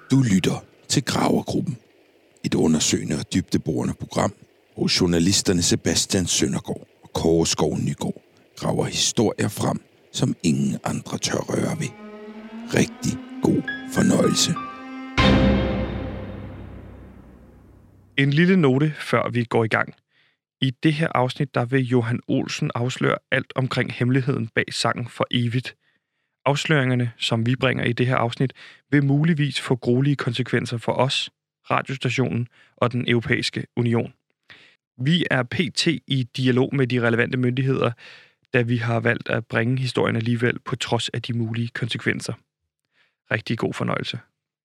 Du lytter til Gravergruppen. Et undersøgende og dybdeborende program, hvor journalisterne Sebastian Søndergaard og Kåre Skov Nygaard graver historier frem, som ingen andre tør røre ved. Rigtig god fornøjelse. En lille note, før vi går i gang. I det her afsnit, der vil Johan Olsen afsløre alt omkring hemmeligheden bag sangen For Evigt. Afsløringerne, som vi bringer i det her afsnit, vil muligvis få gruelige konsekvenser for os, radiostationen og den europæiske union. Vi er pt. I dialog med de relevante myndigheder, da vi har valgt at bringe historien alligevel på trods af de mulige konsekvenser. Rigtig god fornøjelse.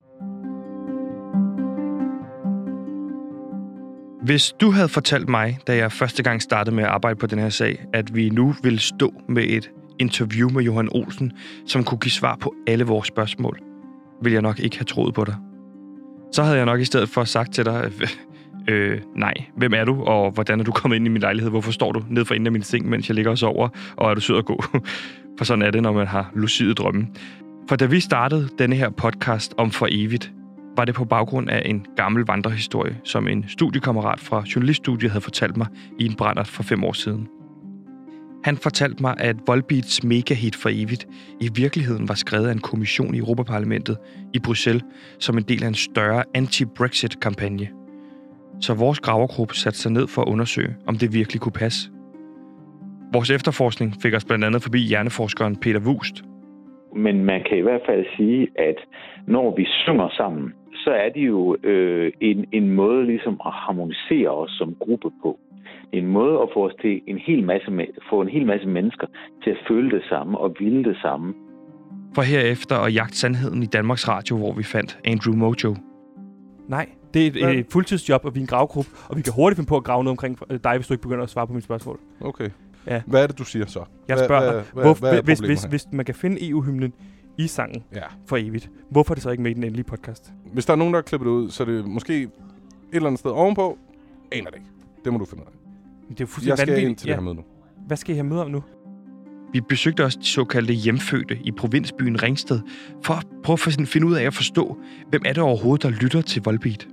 Hvis du havde fortalt mig, da jeg første gang startede med at arbejde på den her sag, at vi nu ville stå med et interview med Johan Olsen, som kunne give svar på alle vores spørgsmål, ville jeg nok ikke have troet på dig. Så havde jeg nok i stedet for sagt til dig, nej, hvem er du, og hvordan er du kommet ind i min lejlighed? Hvorfor står du ned for enden af min seng, mens jeg ligger og sover, og er du sød at gå? For sådan er det, når man har lucide drømme. For da vi startede denne her podcast om For Evigt, var det på baggrund af en gammel vandrehistorie, som en studiekammerat fra journaliststudiet havde fortalt mig i en brændert for 5 år siden. Han fortalte mig, at Volbeats megahit For Evigt i virkeligheden var skrevet af en kommission i Europaparlamentet i Bruxelles som en del af en større anti-Brexit-kampagne. Så vores gravergruppe satte sig ned for at undersøge, om det virkelig kunne passe. Vores efterforskning fik os blandt andet forbi hjerneforskeren Peter Vuust. Men man kan i hvert fald sige, at når vi synger sammen, så er det jo en måde ligesom at harmonisere os som gruppe på. En måde at få os til få en hel masse mennesker til at føle det samme og ville det samme. For herefter at jagte sandheden i Danmarks Radio, hvor vi fandt Andrew Mojo. Nej, det er et fuldtidsjob, og vi er en gravgruppe, og vi kan hurtigt finde på at grave noget omkring dig, hvis du ikke begynder at svare på mit spørgsmål. Okay. Ja. Hvad er det, du siger så? Jeg spørger hvis man kan finde EU-hymnen i sangen For Evigt, hvorfor er det så ikke med i den endelige podcast? Hvis der er nogen, der har klippet det ud, så er det måske et eller andet sted ovenpå. Aner det ikke. Det må du finde ud af. Det er jeg skal ind til det her møde nu. Hvad skal I have møde om nu? Vi besøgte også de såkaldte hjemfødte i provinsbyen Ringsted, for at prøve at finde ud af at forstå, hvem er det overhovedet, der lytter til Volbeat.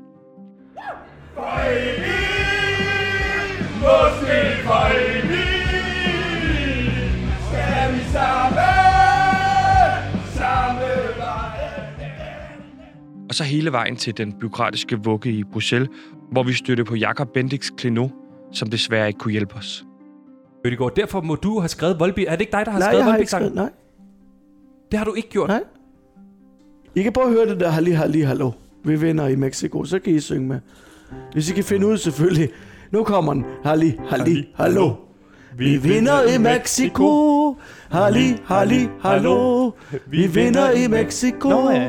Og så hele vejen til den bureaukratiske vugge i Bruxelles, hvor vi stødte på Jakob Bendix Kleno, som desværre ikke kunne hjælpe os. Ødegaard, derfor må du have skrevet Volbeat. Er det ikke dig, der har skrevet Volbeat-sangen? Nej, det har du ikke gjort? Nej. I kan prøve at høre det der halli, halli, hallo. Vi vinder i Mexico, så kan I synge med. Hvis I kan finde ud selvfølgelig. Nu kommer den. Halli, halli, hallo. Vi vinder i Mexico. Halli, halli, hallo. Vi vinder i Mexico.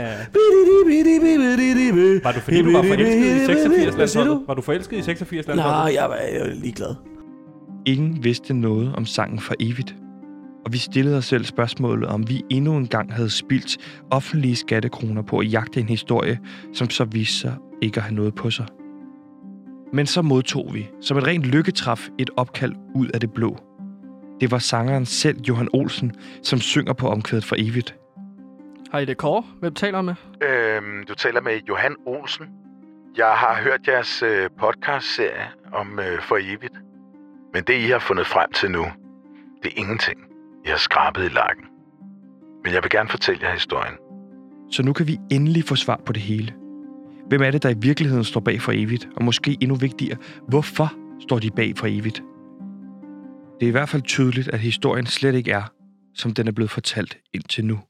Var du fordi du var forelsket i 86-landsholdet? Var du forelsket i 86-landsholdet? Nej, jeg var ligeglad. Ingen vidste noget om sangen For Evigt. Og vi stillede os selv spørgsmålet, om vi endnu en gang havde spildt offentlige skattekroner på at jagte en historie, som så viste sig ikke at have noget på sig. Men så modtog vi, som et rent lykketræf, et opkald ud af det blå. Det var sangeren selv, Johan Olsen, som synger på omkvædet For Evigt. Hej, det er Kåre. Hvem taler med? Du taler med Johan Olsen. Jeg har hørt jeres podcast-serie om For Evigt. Men det, I har fundet frem til nu, det er ingenting. I har skrabet i lakken. Men jeg vil gerne fortælle jer historien. Så nu kan vi endelig få svar på det hele. Hvem er det, der i virkeligheden står bag For Evigt? Og måske endnu vigtigere, hvorfor står de bag For Evigt? Det er i hvert fald tydeligt, at historien slet ikke er, som den er blevet fortalt indtil nu.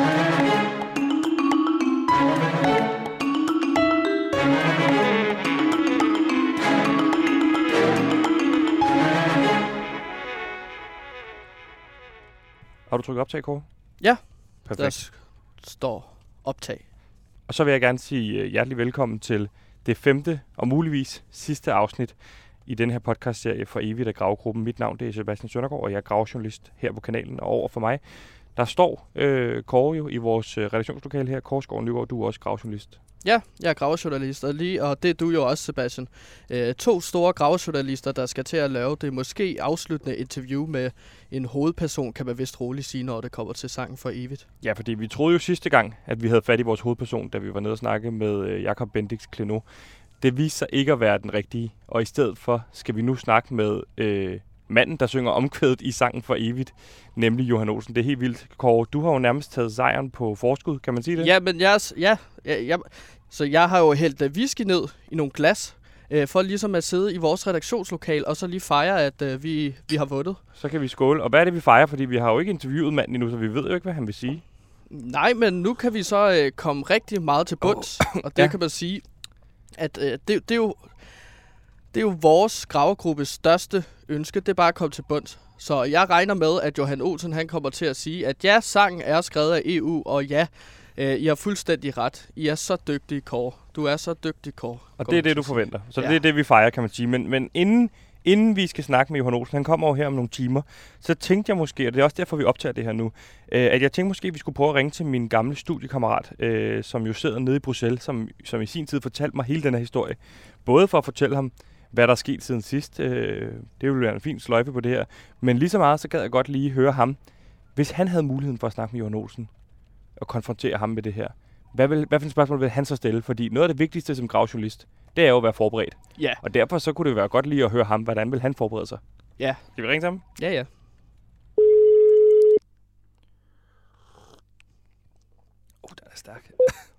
Har du trykket optag, Kåre? Ja, Perfekt. der står optag. Og så vil jeg gerne sige hjertelig velkommen til det 5. og muligvis sidste afsnit i den her podcastserie For Evigt af Gravegruppen. Mit navn det er Sebastian Søndergaard, og jeg er gravejournalist her på kanalen. Og over for mig, Der står Kåre jo i vores redaktionslokale her. Kåre Skov Nygaard, du er også gravjournalist. Ja, jeg er gravjournalist, og det er du jo også, Sebastian. 2 store gravjournalister, der skal til at lave det måske afsluttende interview med en hovedperson, kan man vist roligt sige, når det kommer til Sangen for Evigt. Ja, fordi vi troede jo sidste gang, at vi havde fat i vores hovedperson, da vi var nede og snakke med Jakob Bendix Cleno. Det viste sig ikke at være den rigtige, og i stedet for skal vi nu snakke med manden, der synger omkvædet i Sangen for Evigt, nemlig Johan Olsen. Det er helt vildt, Kåre. Du har jo nærmest taget sejren på forskud, kan man sige det? Ja, men så jeg har jo hældt whisky ned i nogle glas, for ligesom at sidde i vores redaktionslokal, og så lige fejre, at vi har vundet. Så kan vi skåle. Og hvad er det, vi fejrer? Fordi vi har jo ikke interviewet manden endnu, så vi ved jo ikke, hvad han vil sige. Nej, men nu kan vi så komme rigtig meget til bunds, og det kan man sige, at det er jo vores gravegruppes største ønske, det er bare at komme til bunds. Så jeg regner med, at Johan Olsen han kommer til at sige, at ja, sangen er skrevet af EU, og ja, I har fuldstændig ret. I er så dygtige, Kåre. Du er så dygtig, Kåre. Og det er det, du forventer. Så det er det, vi fejrer, kan man sige. Men inden vi skal snakke med Johan Olsen, han kommer over her om nogle timer, så tænkte jeg måske, og det er også derfor, vi optager det her nu, at jeg tænkte måske, at vi skulle prøve at ringe til min gamle studiekammerat, som jo sidder nede i Bruxelles, som i sin tid fortalte mig hele den her historie. Både for at fortælle ham, hvad der er sket siden sidst. Det ville være en fin sløjfe på det her. Men lige så meget, så gad jeg godt lige høre ham, hvis han havde muligheden for at snakke med Johan Olsen og konfrontere ham med det her. Hvad for et spørgsmål vil han så stille? Fordi noget af det vigtigste som gravjournalist, det er jo at være forberedt. Ja. Og derfor så kunne det være godt lige at høre ham, hvordan vil han forberede sig? Ja. Skal vi ringe sammen? Ja. Der er stærk.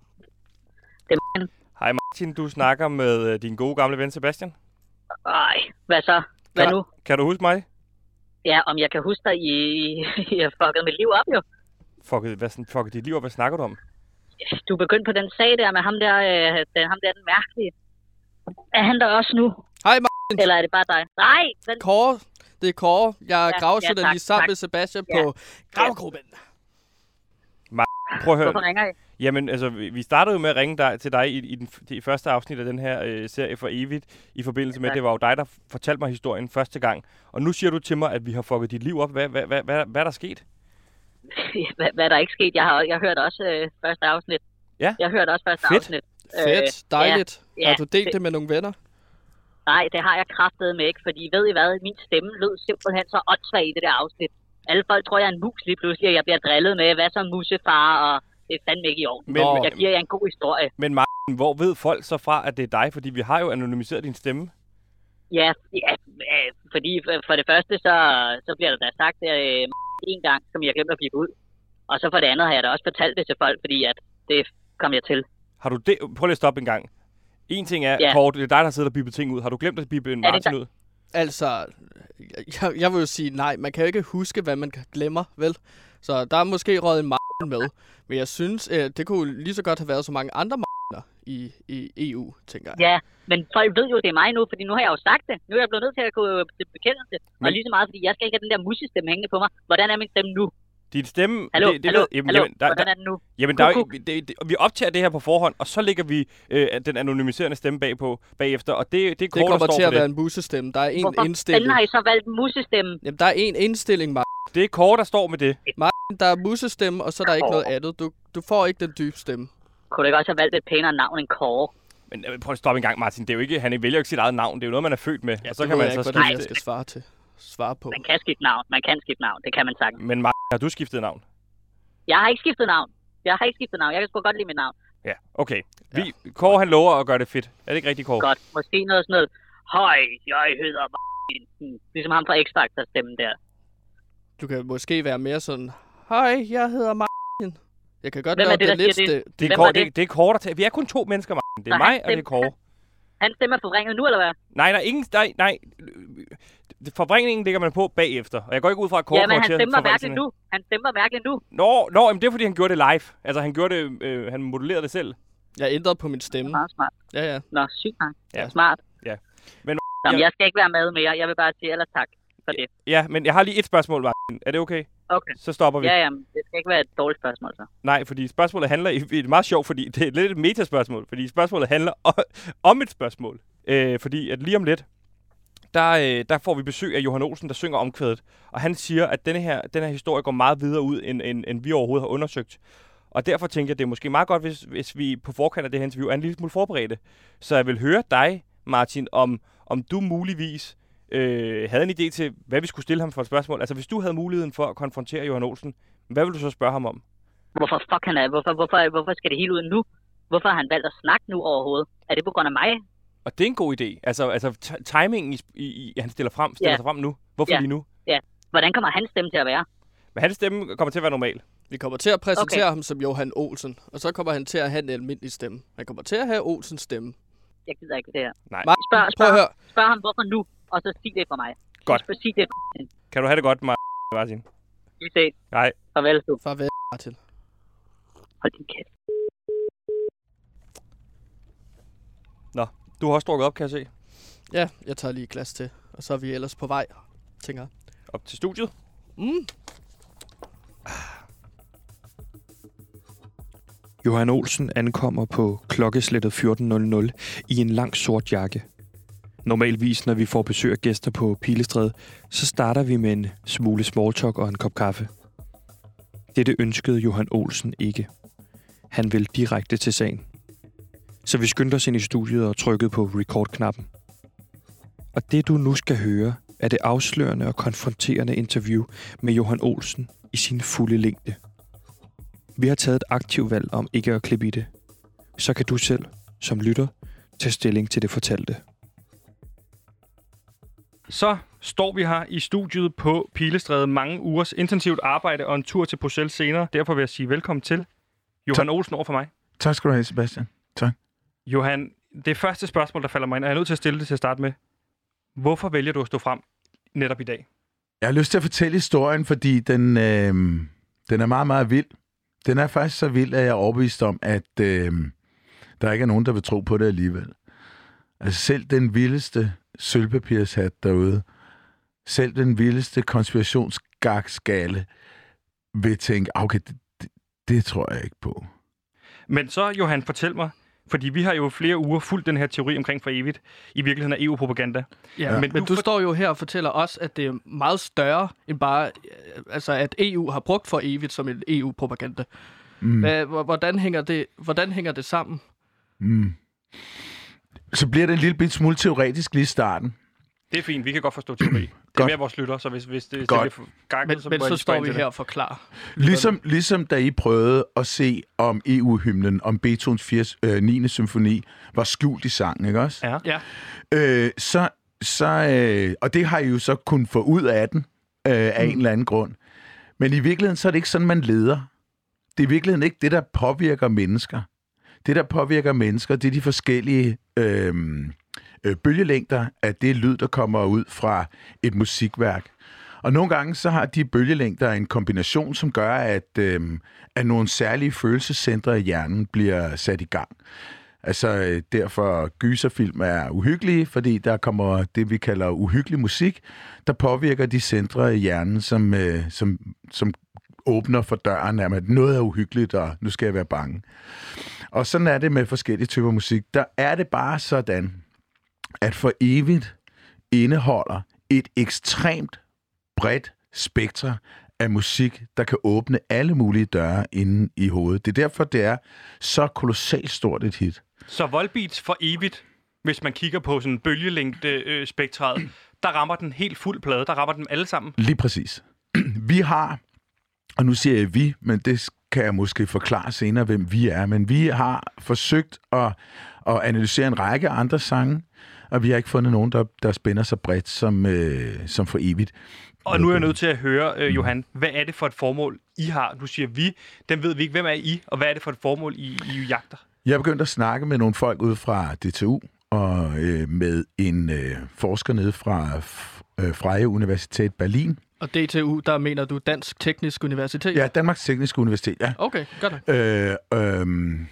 Hej Martin, du snakker med din gode gamle ven Sebastian. Ej, hvad så? Hvad nu? Kan du huske mig? Ja, om jeg kan huske dig, I har fucket mit liv op jo. Fucket dit liv op? Hvad snakker du om? Du begyndte på den sag der med ham der, den mærkelige. Er han der også nu? Hej Martin. Eller er det bare dig? Nej! Kåre, det er Kåre. Jeg er gravjournalist sammen med Sebastian på gravgruppen. Prøv at høre. Hvorfor ringer I? Jamen, altså, vi startede jo med at ringe til dig i det første afsnit af den her serie for evigt, i forbindelse med, at det var jo dig, der fortalte mig historien første gang. Og nu siger du til mig, at vi har fucket dit liv op. Hvad er der sket? Hvad er der ikke sket? Jeg hørte også første afsnit. Ja? Jeg hørte også første afsnit. Fedt, dejligt. Ja, har du delt det med nogle venner? Nej, det har jeg kraftedeme ikke, fordi ved I hvad? Min stemme lød simpelthen så åndssvag i det der afsnit. Alle folk tror, jeg er en mus lige pludselig, og jeg bliver drillet med, hvad som musefar, og det er fandme ikke i orden. Men jeg giver jer en god historie. Men Martin, hvor ved folk så fra, at det er dig? Fordi vi har jo anonymiseret din stemme. Ja, fordi for det første, så bliver der da sagt en gang, som jeg glemte at blive ud. Og så for det andet har jeg da også fortalt det til folk, fordi at det kom jeg til. Har du det? Prøv lige at stoppe en gang. En ting er, Kåre, det er dig, der har siddet og bippet ting ud. Har du glemt at bippe en Martin ud? Altså, jeg vil jo sige nej. Man kan jo ikke huske, hvad man glemmer, vel? Så der er måske røget en Martin med. Men jeg synes, det kunne lige så godt have været så mange andre Martiner i EU, tænker jeg. Ja, men folk ved jo, det er mig nu, fordi nu har jeg jo sagt det. Nu er jeg blevet nødt til at gå til bekendelse. Og lige så meget, fordi jeg skal ikke have den der musestemme hængende på mig. Hvordan er min stemme nu? Din stemme... Hallo, hvordan er den nu? Jamen, vi optager det her på forhånd, og så lægger vi den anonymiserende stemme bagefter, og det er Kåre, kommer til at være en musestemme. Der er en indstilling. Hvorfor har I så valgt musestemme? Jamen, der er en indstilling, Martin. Det er Kåre, der står med det. Martin, der er musestemme, og så er der ikke noget andet. Du får ikke den dybe stemme. Kunne du ikke også have valgt et pænere navn end Kåre? Men prøv at stoppe en gang, Martin. Det er jo ikke, han vælger jo ikke sit eget navn. Det er jo noget, man er født med. Ja, og så kan man så skifte. Jeg skal svare på. Man kan skifte navn. Det kan man sagtens. Men Martin, har du skiftet navn? Jeg har ikke skiftet navn. Jeg kan sgu godt lide mit navn. Ja, okay. Kåre, han lover at gøre det fedt. Er det ikke rigtigt, Kåre? Godt. Måske noget sådan noget. Hej, jeg hedder Martin. Ligesom ham fra X-Factor stemmen der. Du kan måske være mere sådan. Hej, jeg hedder Martin. Jeg kan godt gøre det lidt. Det er Kåre, der tager. Vi er kun 2 mennesker, Martin. Det er mig, og det er Kåre. Han stemmer forvrænget nu, eller hvad? Nej. Forvrængningen ligger man på bagefter, og jeg går ikke ud fra, at Kåre kommer til at forvrænge. Han stemmer mærkeligt nu. Nå, men det er, fordi han gjorde det live. Altså, han gjorde det, han modulerede det selv. Jeg ændrede på min stemme. Meget smart. Ja. Nå, sygt nok. Ja. Smart. Ja. Men jeg skal ikke være med mere. Jeg vil bare sige ellers tak for det. Ja, men jeg har lige et spørgsmål, Martin. Er det okay? Okay. Så stopper vi. Ja, det skal ikke være et dårligt spørgsmål, så. Nej, fordi spørgsmålet handler... Det er meget sjovt, fordi det er lidt et metaspørgsmål. Fordi spørgsmålet handler om et spørgsmål. Fordi at lige om lidt, der får vi besøg af Johan Olsen, der synger omkvædet. Og han siger, at den her historie går meget videre ud, end vi overhovedet har undersøgt. Og derfor tænker jeg, at det er måske meget godt, hvis vi på forkant af det her interview er en lille smule forberedte. Så jeg vil høre dig, Martin, om du muligvis havde en idé til, hvad vi skulle stille ham for et spørgsmål. Altså, hvis du havde muligheden for at konfrontere Johan Olsen, hvad vil du så spørge ham om? Hvorfor fuck han er? Hvorfor skal det hele ud nu? Hvorfor har han valgt at snakke nu overhovedet? Er det på grund af mig? Og det er en god idé. Altså timingen han stiller sig frem nu. Hvorfor lige nu? Ja. Hvordan kommer hans stemme til at være? Men hans stemme kommer til at være normal. Vi kommer til at præsentere ham som Johan Olsen, og så kommer han til at have en almindelig stemme. Han kommer til at have Olsens stemme. Jeg gider ikke det her. Nej. Spørg ham, hvorfor nu, og så sig det for mig. Godt. Sig det. Kan du have det godt, Martin? Vi ses. Nej. Farvel, du. Farvel, Martin. Hold din kæft. Nå, du har også drukket op, kan jeg se. Ja, jeg tager lige et glas til, og så er vi ellers på vej, tænker jeg. Op til studiet? Johan Olsen ankommer på klokkeslættet 14:00 i en lang sort jakke. Normalvis, når vi får besøg af gæster på Pilestræde, så starter vi med en smule smalltalk og en kop kaffe. Dette ønskede Johan Olsen ikke. Han vil direkte til sagen. Så vi skyndte os ind i studiet og trykkede på record-knappen. Og det du nu skal høre, er det afslørende og konfronterende interview med Johan Olsen i sin fulde længde. Vi har taget et aktivt valg om ikke at klippe i det. Så kan du selv, som lytter, tage stilling til det fortalte. Så står vi her i studiet på Pilestræde. Mange ugers intensivt arbejde og en tur til Bruxelles senere. Derfor vil jeg sige velkommen til Johan Olsen over for mig. Tak skal du have, Sebastian. Tak. Johan, det første spørgsmål, der falder mig ind, og jeg er nødt til at stille det til at starte med. Hvorfor vælger du at stå frem netop i dag? Jeg har lyst til at fortælle historien, fordi den er meget, meget vild. Den er faktisk så vild, at jeg er overbevist om, at der ikke er nogen, der vil tro på det alligevel. Altså selv den vildeste sølvpapirshat derude, selv den vildeste konspirationsgagskalle vil tænke, okay, det tror jeg ikke på. Men så, Johan, fortæl mig, fordi vi har jo flere uger fulgt den her teori omkring for evigt, i virkeligheden er EU-propaganda. Ja, men du står jo her og fortæller os, at det er meget større end bare, altså at EU har brugt for evigt som en EU-propaganda. Hvordan hænger det sammen? Så bliver det en lille bit smule teoretisk lige i starten. Det er fint, vi kan godt forstå teori. Det er mere vores lytter, så hvis det bliver ganget, men så står vi her og forklarer. Ligesom da I prøvede at se om EU-hymnen, om Beethovens 9. symfoni, var skjult i sangen, ikke også? Ja. Og det har I jo så kunnet få ud af den, af en eller anden grund. Men i virkeligheden, så er det ikke sådan, man leder. Det er i virkeligheden ikke det, der påvirker mennesker. Det, der påvirker mennesker, det er de forskellige bølgelængder af det lyd, der kommer ud fra et musikværk. Og nogle gange så har de bølgelængder en kombination, som gør, at nogle særlige følelsescentre i hjernen bliver sat i gang. Altså derfor gyserfilm er uhyggelige, fordi der kommer det, vi kalder uhyggelig musik, der påvirker de centre i hjernen, som åbner for døren af, at noget er uhyggeligt, og nu skal jeg være bange. Og sådan er det med forskellige typer musik. Der er det bare sådan, at for evigt indeholder et ekstremt bredt spektre af musik, der kan åbne alle mulige døre inde i hovedet. Det er derfor, det er så kolossalt stort et hit. Så Volbeats for evigt, hvis man kigger på sådan en bølgelængde spektret, der rammer den helt fuld plade, der rammer dem alle sammen? Lige præcis. Vi har, og nu siger jeg vi, men det kan jeg måske forklare senere, hvem vi er, men vi har forsøgt at analysere en række andre sange, og vi har ikke fundet nogen, der spænder så bredt som for evigt. Og nu er jeg nødt til at høre, Johan, hvad er det for et formål, I har? Du siger vi, den ved vi ikke. Hvem er I, og hvad er det for et formål, I jagter? Jeg er begyndt at snakke med nogle folk ude fra DTU, og med en forsker nede fra Freie Universitet Berlin. Og DTU, der mener du Dansk Teknisk Universitet? Ja, Danmarks Tekniske Universitet, ja. Okay, godt.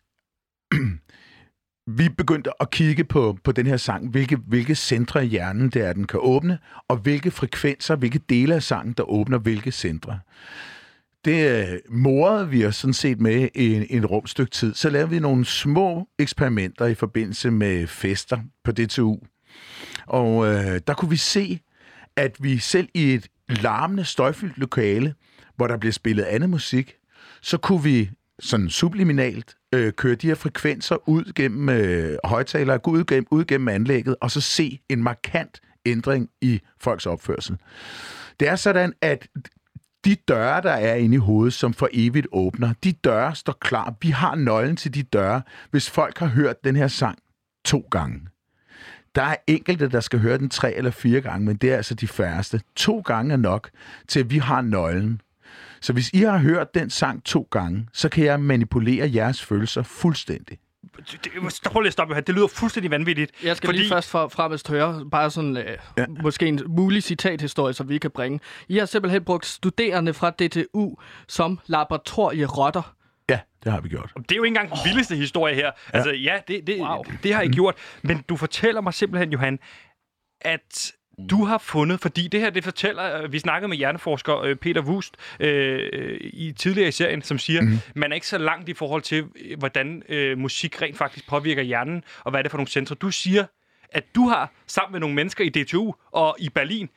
Vi begyndte at kigge på den her sang, hvilke centre i hjernen det er, den kan åbne, og hvilke frekvenser, hvilke dele af sangen, der åbner hvilke centre. Det morede vi os sådan set med en rumstykke tid. Så lavede vi nogle små eksperimenter i forbindelse med fester på DTU. Og der kunne vi se, at vi selv i et larmende, støjfyldt lokale, hvor der bliver spillet andet musik, så kunne vi sådan subliminalt køre de her frekvenser ud gennem højtalere, gå ud gennem anlægget, og så se en markant ændring i folks opførsel. Det er sådan, at de døre, der er inde i hovedet, som for evigt åbner, de døre står klar. Vi har nøglen til de døre, hvis folk har hørt den her sang 2 gange. Der er enkelte, der skal høre den 3 eller 4 gange, men det er altså de færreste. 2 gange er nok til, at vi har nøglen. Så hvis I har hørt den sang 2 gange, så kan jeg manipulere jeres følelser fuldstændig. Prøv lige at stoppe her. Det lyder fuldstændig vanvittigt. Jeg skal lige først fremmest høre bare sådan måske en mulig citathistorie, som vi kan bringe. I har simpelthen brugt studerende fra DTU som laboratorierotter. Ja, det har vi gjort. Det er jo ikke engang den vildeste historie her. Ja. Altså, ja, det har I gjort. Men du fortæller mig simpelthen, Johan, at du har fundet, fordi det her, det fortæller, vi snakkede med hjerneforsker Peter Wust i tidligere i serien, som siger, man er ikke så langt i forhold til, hvordan musik rent faktisk påvirker hjernen, og hvad er det for nogle centre. Du siger, at du har sammen med nogle mennesker i DTU og i Berlin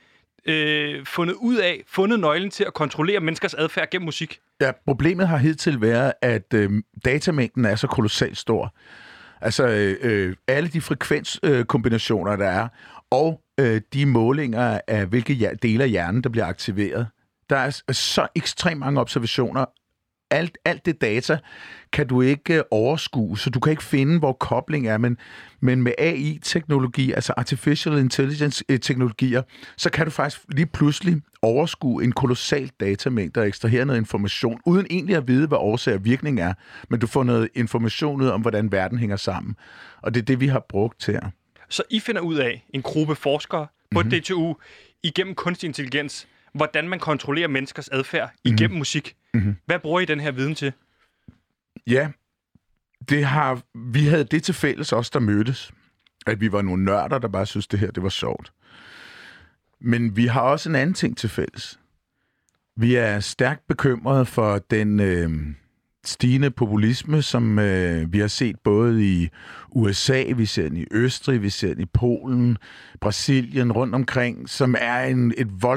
fundet nøglen til at kontrollere menneskers adfærd gennem musik. Ja, problemet har hidtil været, at datamængden er så kolossalt stor. Altså alle de frekvenskombinationer, der er, og de målinger af, hvilke dele af hjernen, der bliver aktiveret. Der er så ekstremt mange observationer. Alt det data kan du ikke overskue, så du kan ikke finde, hvor kobling er. Men med AI-teknologi, altså Artificial Intelligence-teknologier, så kan du faktisk lige pludselig overskue en kolossal datamængde og ekstrahere noget information, uden egentlig at vide, hvad årsag og virkning er. Men du får noget information ud om, hvordan verden hænger sammen. Og det er det, vi har brugt til. Så I finder ud af, en gruppe forskere på DTU, igennem kunstig intelligens, hvordan man kontrollerer menneskers adfærd igennem musik. Hvad bruger I den her viden til? Ja, vi havde det til fælles, os der mødtes, at vi var nogle nørder, der bare synes det her, det var sjovt. Men vi har også en anden ting til fælles. Vi er stærkt bekymrede for den stigende populisme, som vi har set både i USA, vi ser den i Østrig, vi ser den i Polen, Brasilien, rundt omkring, som er en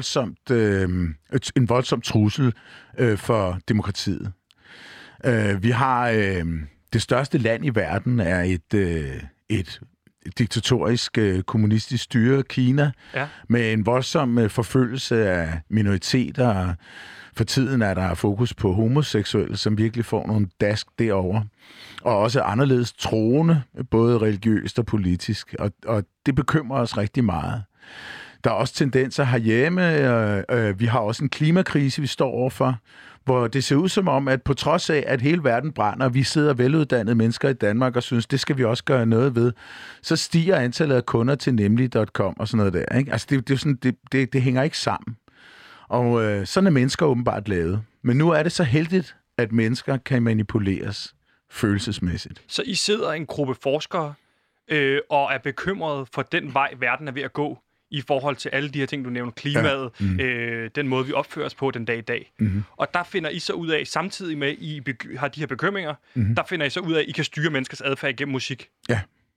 voldsom trussel for demokratiet. Vi har det største land i verden er et diktatorisk kommunistisk styre, Kina, med en voldsom forfølgelse af minoriteter. For tiden er der fokus på homoseksuelle, som virkelig får nogle dask derovre. Og også anderledes troende, både religiøst og politisk. Og det bekymrer os rigtig meget. Der er også tendenser herhjemme. Vi har også en klimakrise, vi står overfor, hvor det ser ud som om, at på trods af, at hele verden brænder, vi sidder veluddannede mennesker i Danmark og synes, det skal vi også gøre noget ved, så stiger antallet af kunder til nemlig.com og sådan noget der. Ikke? Altså, det er sådan, det hænger ikke sammen. Og sådan er mennesker åbenbart lavet. Men nu er det så heldigt, at mennesker kan manipuleres følelsesmæssigt. Så I sidder en gruppe forskere og er bekymrede for den vej, verden er ved at gå i forhold til alle de her ting, du nævner, klimaet, den måde, vi opfører os på den dag i dag. Og der finder I så ud af, samtidig med, I har de her bekymringer, der finder I så ud af, at I kan styre menneskers adfærd igennem musik. Ja.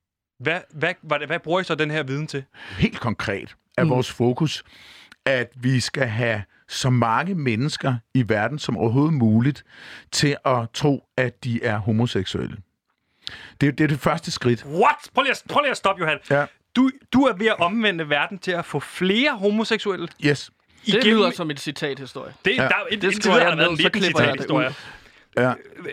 Hvad bruger I så den her viden til? Helt konkret er vores fokus, at vi skal have så mange mennesker i verden som overhovedet muligt til at tro, at de er homoseksuelle. Det er det første skridt. What? Prøv lige at stoppe, Johan. Ja. Du er ved at omvende verden til at få flere homoseksuelle? Yes. Det lyder som et citathistorie. Det skriver jeg ned, så klipper jeg det. Ja.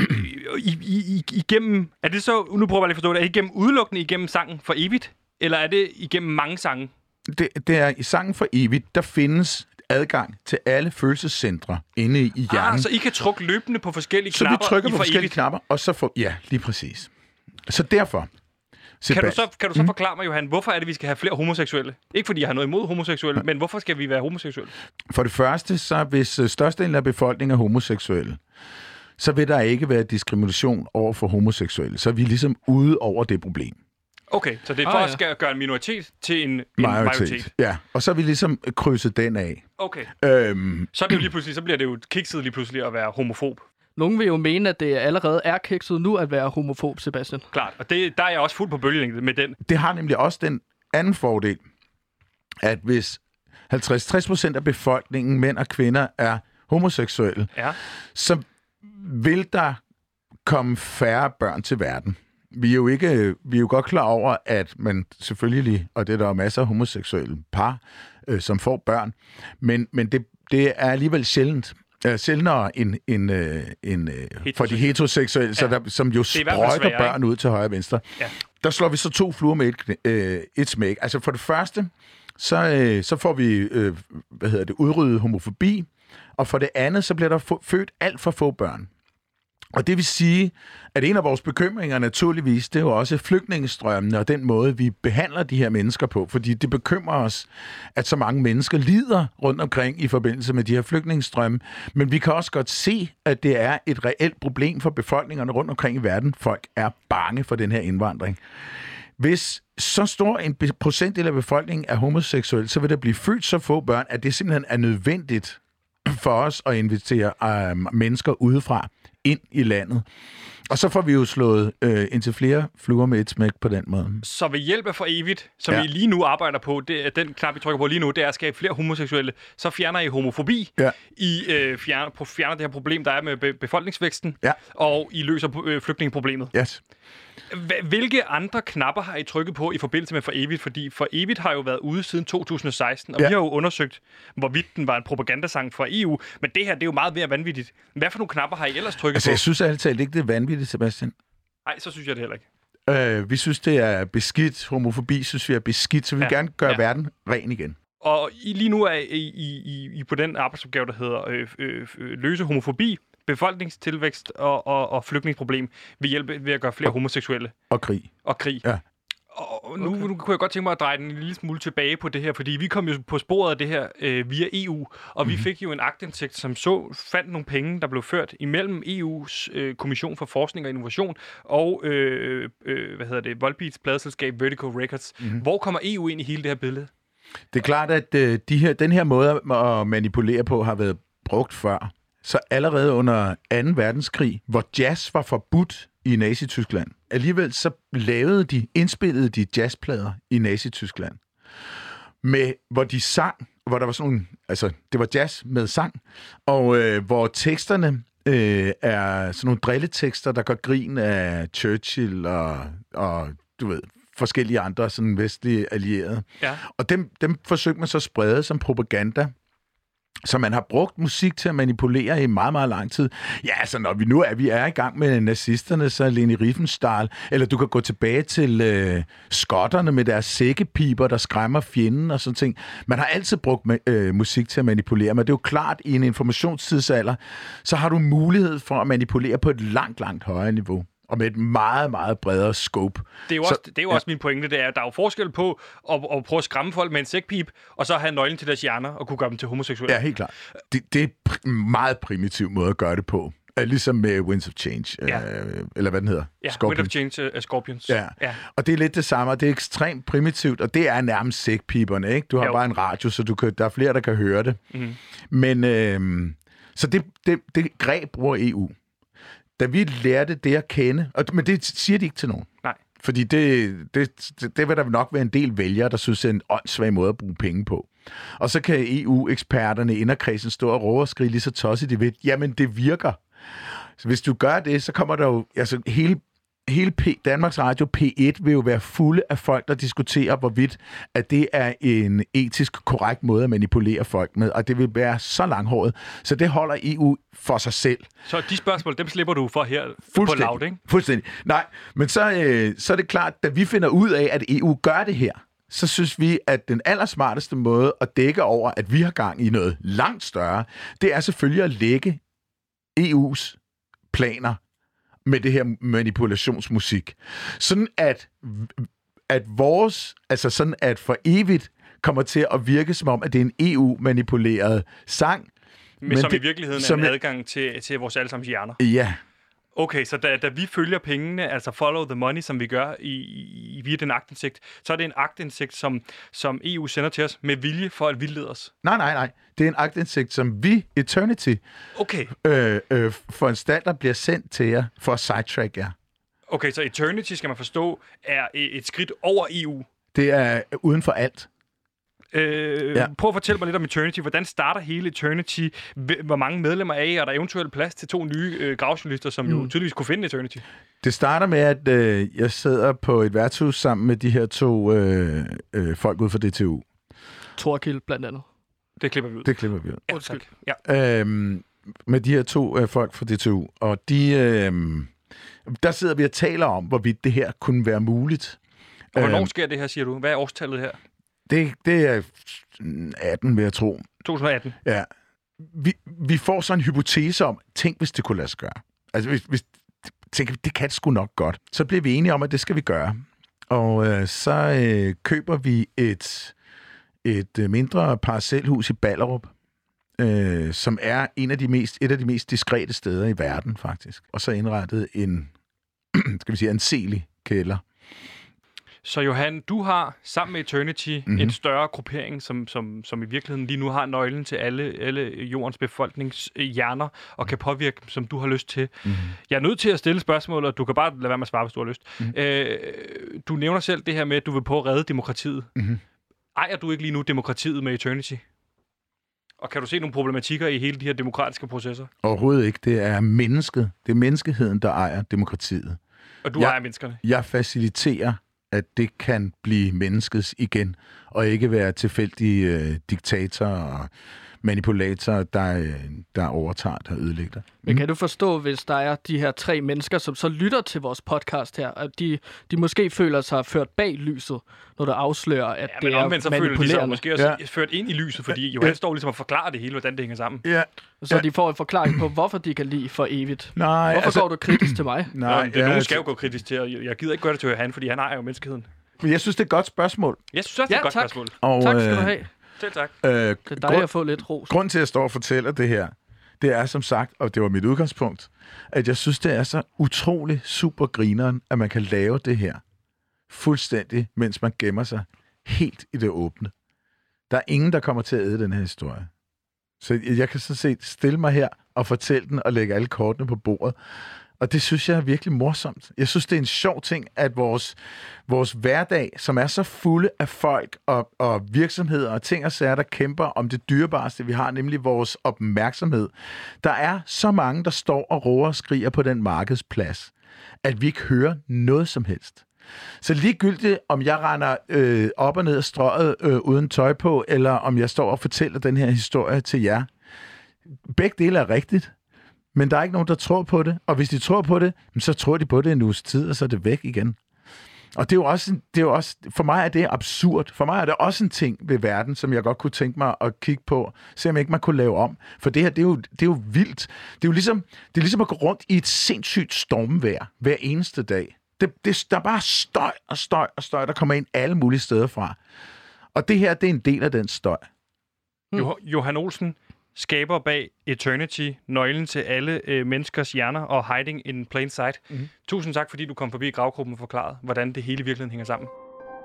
Igennem, er det så, nu prøver jeg lige at forstå det, er det igennem udelukkende igennem sangen For Evigt, eller er det igennem mange sange? Det er i sangen For Evigt, der findes adgang til alle følelsescentre inde i hjernen. Så I kan trykke løbende på forskellige knapper? Så vi trykker på forskellige knapper, og så får... Ja, lige præcis. Så derfor... Kan du så forklare mig, Johan, hvorfor er det, vi skal have flere homoseksuelle? Ikke fordi jeg har noget imod homoseksuelle, men hvorfor skal vi være homoseksuelle? For det første, så hvis størstedelen af befolkningen er homoseksuelle, så vil der ikke være diskrimination over for homoseksuelle. Så er vi ligesom ude over det problem. Okay, så det er for at gøre en minoritet til en majoritet. Ja, og så er vi ligesom krydset den af. Okay. Så er det jo lige pludselig, så bliver det jo kikset lige pludselig at være homofob. Nogen vil jo mene, at det allerede er kikset nu at være homofob, Sebastian. Klart, og der er jeg også fuldt på bølgelængde med den. Det har nemlig også den anden fordel, at hvis 50-60% af befolkningen, mænd og kvinder, er homoseksuelle, så vil der komme færre børn til verden. Vi er jo godt klar over, at man selvfølgelig, og det er der jo masser af homoseksuelle par, som får børn, men det er alligevel sjældnere end for de heteroseksuelle, som jo sprøjter børn ud til højre og venstre. Ja. Der slår vi så 2 fluer med et smæk. Altså for det første, så får vi udryddet homofobi, og for det andet, så bliver der født alt for få børn. Og det vil sige, at en af vores bekymringer naturligvis, det er jo også flygtningestrømmene og den måde, vi behandler de her mennesker på. Fordi det bekymrer os, at så mange mennesker lider rundt omkring i forbindelse med de her flygtningestrømme. Men vi kan også godt se, at det er et reelt problem for befolkningerne rundt omkring i verden. Folk er bange for den her indvandring. Hvis så stor en procentdel af befolkningen er homoseksuel, så vil der blive født så få børn, at det simpelthen er nødvendigt for os at invitere mennesker udefra ind i landet. Og så får vi jo slået indtil flere fluer med et smæk på den måde. Så ved hjælp af For Evigt, som vi lige nu arbejder på, den knap, vi trykker på lige nu, det er at skabe flere homoseksuelle, så fjerner I homofobi, I fjerner det her problem, der er med befolkningsvæksten, og I løser flygtningeproblemet. Yes. Hvilke andre knapper har I trykket på i forbindelse med For Evigt? Fordi For Evigt har jo været ude siden 2016, og vi har jo undersøgt, hvorvidt den var en propagandasang fra EU. Men det her, det er jo meget mere vanvittigt. Hvad for nogle knapper har I ellers trykket på? Jeg synes altid ikke, det er vanvittigt, Sebastian. Nej, så synes jeg det heller ikke. Vi synes, det er beskidt. Homofobi synes vi er beskidt, så vi vil gerne gøre verden ren igen. Og lige nu er I på den arbejdsopgave, der hedder løse homofobi, befolkningstilvækst og flygtningeproblem ved at gøre flere homoseksuelle. Og krig. Ja. Og nu kunne jeg godt tænke mig at dreje den en lille smule tilbage på det her, fordi vi kom jo på sporet af det her via EU, og vi fik jo en aktindsigt, som fandt nogle penge, der blev ført imellem EU's Kommission for Forskning og Innovation og Volbeats pladeselskab Vertical Records. Hvor kommer EU ind i hele det her billede? Det er klart, at den her måde at manipulere på har været brugt før. Så allerede under 2. verdenskrig, hvor jazz var forbudt i Nazi-Tyskland, alligevel så indspillede de jazzplader i Nazi-Tyskland, hvor de sang, hvor der var sådan nogle, altså det var jazz med sang, og hvor teksterne er sådan nogle drilletekster, der gør grin af Churchill og du ved, forskellige andre sådan vestlige allierede. Ja. Og dem forsøgte man så at sprede som propaganda. Så man har brugt musik til at manipulere i meget, meget lang tid. Ja, altså når vi er i gang med nazisterne, så Leni Riefenstahl, eller du kan gå tilbage til skotterne med deres sækkepiber, der skræmmer fjenden og sådan ting. Man har altid brugt musik til at manipulere, men det er jo klart, i en informationstidsalder, så har du mulighed for at manipulere på et langt, langt højere niveau. Og med et meget, meget bredere scope. Det er jo også min pointe, det er, at der er jo forskel på at prøve at skræmme folk med en sækpip, og så have nøglen til deres hjerner og kunne gøre dem til homoseksuelle. Ja, helt klart. Det er en meget primitiv måde at gøre det på. Ligesom med Winds of Change, eller hvad den hedder. Ja, Winds of Change Scorpions. Ja, og det er lidt det samme, og det er ekstremt primitivt, og det er nærmest sækpiberne, ikke? Du har bare en radio, så der er flere, der kan høre det. Mm. Men, så det greb bruger EU. Da vi lærte det at kende, men det siger de ikke til nogen. Nej. Fordi det vil der nok være en del vælgere, der synes, det er en åndssvag måde at bruge penge på. Og så kan EU-eksperterne inderkredsen stå og råbe og skrige lige så tosset de ved, jamen det virker. Så hvis du gør det, så kommer der jo, altså hele Danmarks Radio P1 vil jo være fulde af folk, der diskuterer, hvorvidt at det er en etisk korrekt måde at manipulere folk med, og det vil være så langhåret. Så det holder EU for sig selv. Så de spørgsmål, dem slipper du for her på Loud, ikke? Fuldstændig. Nej, men så er det klart, da vi finder ud af, at EU gør det her, så synes vi, at den allersmarteste måde at dække over, at vi har gang i noget langt større, det er selvfølgelig at lægge EU's planer med det her manipulationsmusik. Sådan at vores, altså sådan at For Evigt kommer til at virke som om, at det er en EU-manipuleret sang. Men som i virkeligheden er en adgang til vores allesammens hjerner. Ja. Okay, så da vi følger pengene, altså follow the money, som vi gør via den aktindsigt, så er det en aktindsigt, som EU sender til os med vilje for at vildlede os? Nej. Det er en aktindsigt, som vi, Eternity, foranstalter bliver sendt til jer for at sidetrack jer. Okay, så Eternity, skal man forstå, er et skridt over EU? Det er uden for alt. Prøv at fortælle mig lidt om Eternity. Hvordan starter hele Eternity? Hvor mange medlemmer er I? Er der eventuelt plads til 2 nye gravjournalister, som jo tydeligvis kunne finde Eternity? Det starter med, at jeg sidder på et værtshus sammen med de her 2 folk ud fra DTU. Thorkild blandt andet. Det klipper vi ud. Det klipper vi ud. Ja, tak. Ja. Med de her 2 folk fra DTU. Og der sidder vi og taler om, hvorvidt det her kunne være muligt. Og hvornår sker det her, siger du? Hvad er årstallet her? Det er 18, vil jeg tro. 2018? Ja. Vi får så en hypotese om, tænk hvis det kunne lade sig gøre. Altså hvis tænker, det kan sgu nok godt. Så bliver vi enige om, at det skal vi gøre. Og så køber vi et mindre parcelhus i Ballerup, som er et af de mest diskrete steder i verden, faktisk. Og så indrettet en anselig kælder. Så Johan, du har sammen med Eternity en større gruppering, som i virkeligheden lige nu har nøglen til alle jordens befolknings hjerner og kan påvirke, som du har lyst til. Jeg er nødt til at stille spørgsmål, og du kan bare lade være med at svare, hvis du har lyst. Du nævner selv det her med, at du vil på at redde demokratiet. Ejer du ikke lige nu demokratiet med Eternity? Og kan du se nogle problematikker i hele de her demokratiske processer? Overhovedet ikke. Det er mennesket. Det er menneskeheden, der ejer demokratiet. Og du ejer menneskerne? Jeg faciliterer, at det kan blive menneskets igen, og ikke være tilfældige diktatorer og manipulatorer, der overtager, der ødelægger. Men kan du forstå, hvis der er de her 3 mennesker, som så lytter til vores podcast her, at de måske føler sig ført bag lyset, når der afslører, at det er så føler de sig måske også ført ind i lyset, fordi Johan står ligesom og forklarer det hele, hvordan det hænger sammen. Ja. Så de får en forklaring på, hvorfor de kan lide for evigt. Nej, hvorfor går du kritisk til mig? Nogen skal jo gå kritisk til, og jeg gider ikke gøre det til Johan, fordi han ejer jo menneskeheden. Men jeg synes, det er et godt spørgsmål. Jeg synes også, det er et godt spørgsmål. Og, tak skal du have. Selv tak. Det er dejligt at få lidt ros. Grunden til, at jeg står og fortæller det her, det er som sagt, og det var mit udgangspunkt, at jeg synes, det er så utrolig super grineren, at man kan lave det her fuldstændig, mens man gemmer sig helt i det åbne. Der er ingen, der kommer til at æde den her historie. Så jeg kan sådan set stille mig her og fortælle den og lægge alle kortene på bordet. Og det synes jeg er virkelig morsomt. Jeg synes, det er en sjov ting, at vores hverdag, som er så fulde af folk og virksomheder og ting og sager, der kæmper om det dyrebareste, vi har, nemlig vores opmærksomhed. Der er så mange, der står og råber og skriger på den markedsplads, at vi ikke hører noget som helst. Så ligegyldigt, om jeg render op og ned af strøget uden tøj på, eller om jeg står og fortæller den her historie til jer. Begge dele er rigtigt. Men der er ikke nogen, der tror på det. Og hvis de tror på det, så tror de på det en uges tid, og så er det væk igen. Og det er jo også, for mig er det absurd. For mig er det også en ting ved verden, som jeg godt kunne tænke mig at kigge på, se om ikke man kunne lave om. For det her, det er jo vildt. Det er ligesom at gå rundt i et sindssygt stormvejr hver eneste dag. Der er bare støj, der kommer ind alle mulige steder fra. Og det her, det er en del af den støj. Johan Olsen, skaber bag Eternity, nøglen til alle menneskers hjerner og hiding in plain sight. Tusind tak, fordi du kom forbi Gravgruppen og forklarede, hvordan det hele i virkeligheden hænger sammen.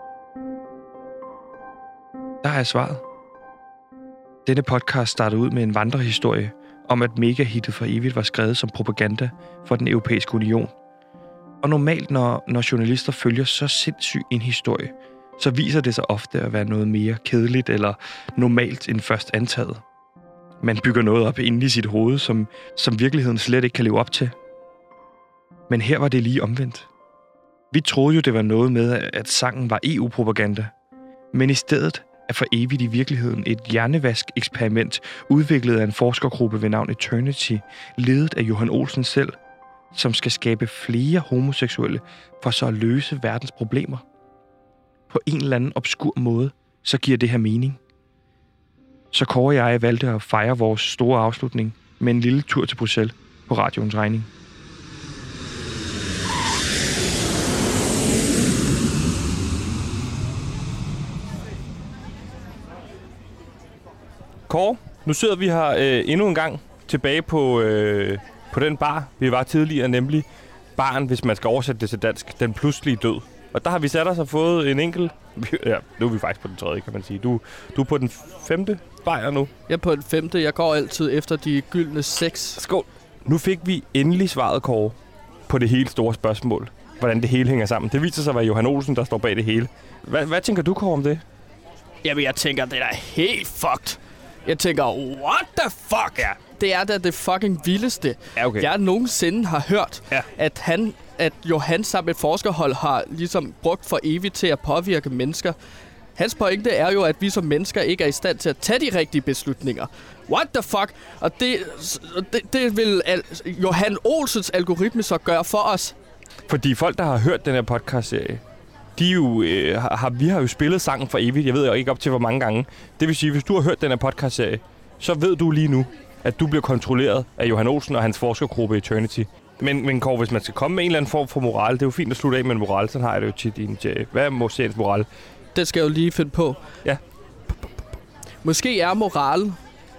Der har jeg svaret. Denne podcast startede ud med en vandrehistorie om, at megahittet for evigt var skrevet som propaganda for den europæiske union. Og normalt, når journalister følger så sindssyg en historie, så viser det sig ofte at være noget mere kedeligt eller normalt end først antaget. Man bygger noget op inde i sit hoved, som virkeligheden slet ikke kan leve op til. Men her var det lige omvendt. Vi troede jo, det var noget med, at sangen var EU-propaganda. Men i stedet er for evigt i virkeligheden et hjernevask-eksperiment, udviklet af en forskergruppe ved navn Eternity, ledet af Johan Olsen selv, som skal skabe flere homoseksuelle for så at løse verdens problemer. På en eller anden obskur måde, så giver det her mening. Så Kåre og jeg valgte at fejre vores store afslutning med en lille tur til Bruxelles på radioens regning. Kåre, nu sidder vi her endnu en gang tilbage på den bar, vi var tidligere, nemlig baren, hvis man skal oversætte det til dansk, den pludselige død. Og der har vi sat os og fået en enkelt. Ja, nu er vi faktisk på den 3., kan man sige. Du er på den 5. bajer nu. Jeg er på den 5. Jeg går altid efter de gyldne 6. Skål. Nu fik vi endelig svaret, Kåre, på det helt store spørgsmål. Hvordan det hele hænger sammen. Det viser sig at være Johan Olsen, der står bag det hele. Hvad tænker du, Kåre, om det? Jamen, jeg tænker, det er helt fucked. Jeg tænker, what the fuck? Ja. Det er da det fucking vildeste, jeg nogensinde har hørt, at Johan sammen et forskerhold har ligesom brugt for evigt til at påvirke mennesker. Hans pointe er jo, at vi som mennesker ikke er i stand til at tage de rigtige beslutninger. What the fuck? Og det vil Johan Olsens algoritme så gøre for os. Fordi folk, der har hørt den her podcast-serie, vi har jo spillet sangen for evigt. Jeg ved jo ikke op til, hvor mange gange. Det vil sige, hvis du har hørt den her podcast-serie, så ved du lige nu, at du bliver kontrolleret af Johan Olsen og hans forskergruppe Eternity. Men Kåre, hvis man skal komme med en eller anden form for moral, det er jo fint at slutte af med en moral, sådan har jeg det jo tit i en serie. Hvad er seriens moral? Det skal jeg jo lige finde på. Ja. Måske er moralen,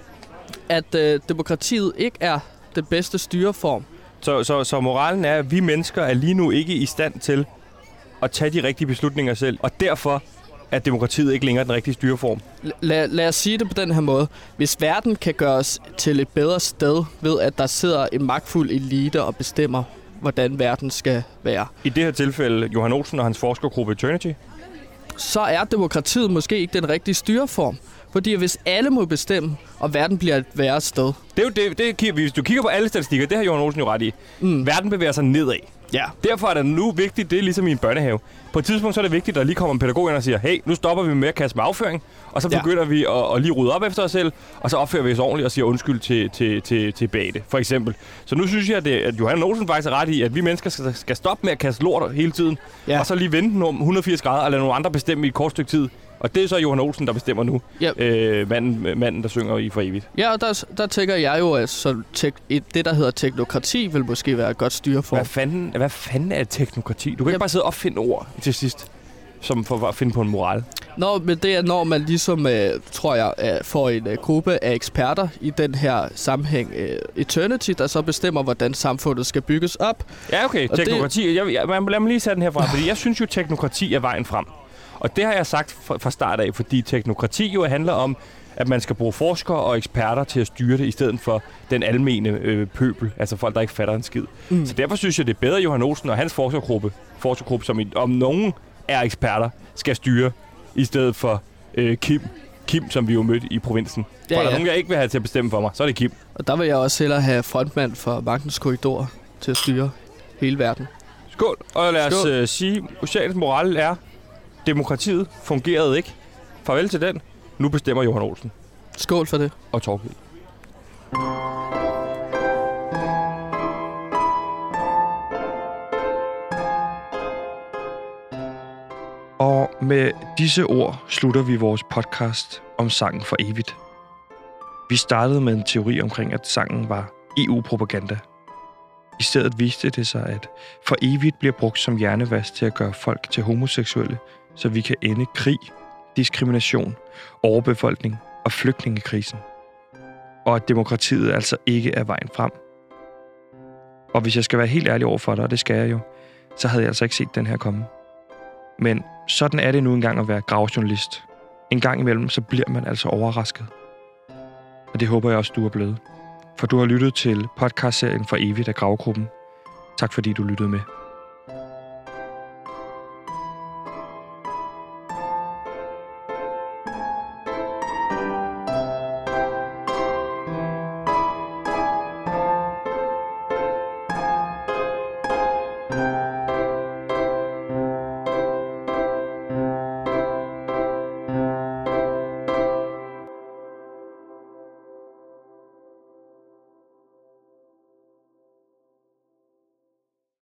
at demokratiet ikke er den bedste styreform. Så moralen er, at vi mennesker er lige nu ikke i stand til at tage de rigtige beslutninger selv, og derfor er demokratiet ikke længere den rigtige styreform. Lad os sige det på den her måde. Hvis verden kan gøres til et bedre sted ved, at der sidder en magtfuld elite og bestemmer, hvordan verden skal være. I det her tilfælde, Johan Olsen og hans forskergruppe Eternity. Så er demokratiet måske ikke den rigtige styreform. Fordi hvis alle må bestemme, og verden bliver et værre sted. Det er jo det, hvis du kigger på alle statistikker, det har Johan Olsen jo ret i. Verden bevæger sig nedad. Ja. Derfor er det nu vigtigt, det er ligesom i en børnehave. På et tidspunkt så er det vigtigt, at der lige kommer en pædagog ind og siger, hey, nu stopper vi med at kaste med afføring, og så begynder vi at lige rydde op efter os selv, og så opfører vi os ordentligt og siger undskyld til Bate, for eksempel. Så nu synes jeg, at Johan Olsen faktisk er ret i, at vi mennesker skal stoppe med at kaste lort hele tiden, og så lige vente om 180 grader og lade nogle andre bestemme i et kort stykke tid. Og det er så Johan Olsen, der bestemmer nu. Yep. Manden, der synger i for evigt. Ja, og der tænker jeg jo, at det, der hedder teknokrati, vil måske være et godt styreform. Hvad fanden er teknokrati? Du kan ikke bare sidde og opfinde ord til sidst, som for at finde på en moral. Nå, men det er, når man ligesom, tror jeg, får en gruppe af eksperter i den her sammenhæng, Eternity, der så bestemmer, hvordan samfundet skal bygges op. Ja, okay. Og teknokrati. Lad mig lige sætte den herfra, fordi jeg synes jo, teknokrati er vejen frem. Og det har jeg sagt fra start af, fordi teknokrati jo handler om, at man skal bruge forskere og eksperter til at styre det, i stedet for den almene pøbel, altså folk, der ikke fatter en skid. Så derfor synes jeg, det er bedre, Johan Olsen og hans forskergruppe som om nogen er eksperter, skal styre, i stedet for Kim, som vi jo mødte i provinsen. For der er nogen, jeg ikke vil have til at bestemme for mig, så er det Kim. Og der vil jeg også hellere have frontmand for Magtens Korridor til at styre hele verden. Skål, og lad os sige, socialens moral er, demokratiet fungerede ikke. Farvel til den. Nu bestemmer Johan Olsen. Skål for det. Og Torkild. Og med disse ord slutter vi vores podcast om sangen for evigt. Vi startede med en teori omkring, at sangen var EU-propaganda. I stedet viste det sig, at for evigt bliver brugt som hjernevask til at gøre folk til homoseksuelle, så vi kan ende krig, diskrimination, overbefolkning og flygtningekrisen. Og at demokratiet altså ikke er vejen frem. Og hvis jeg skal være helt ærlig over for dig, og det skal jeg jo, så havde jeg altså ikke set den her komme. Men sådan er det nu engang at være gravejournalist. En gang imellem, så bliver man altså overrasket. Og det håber jeg også, du er blevet. For du har lyttet til podcastserien for evigt af Gravegruppen. Tak fordi du lyttede med.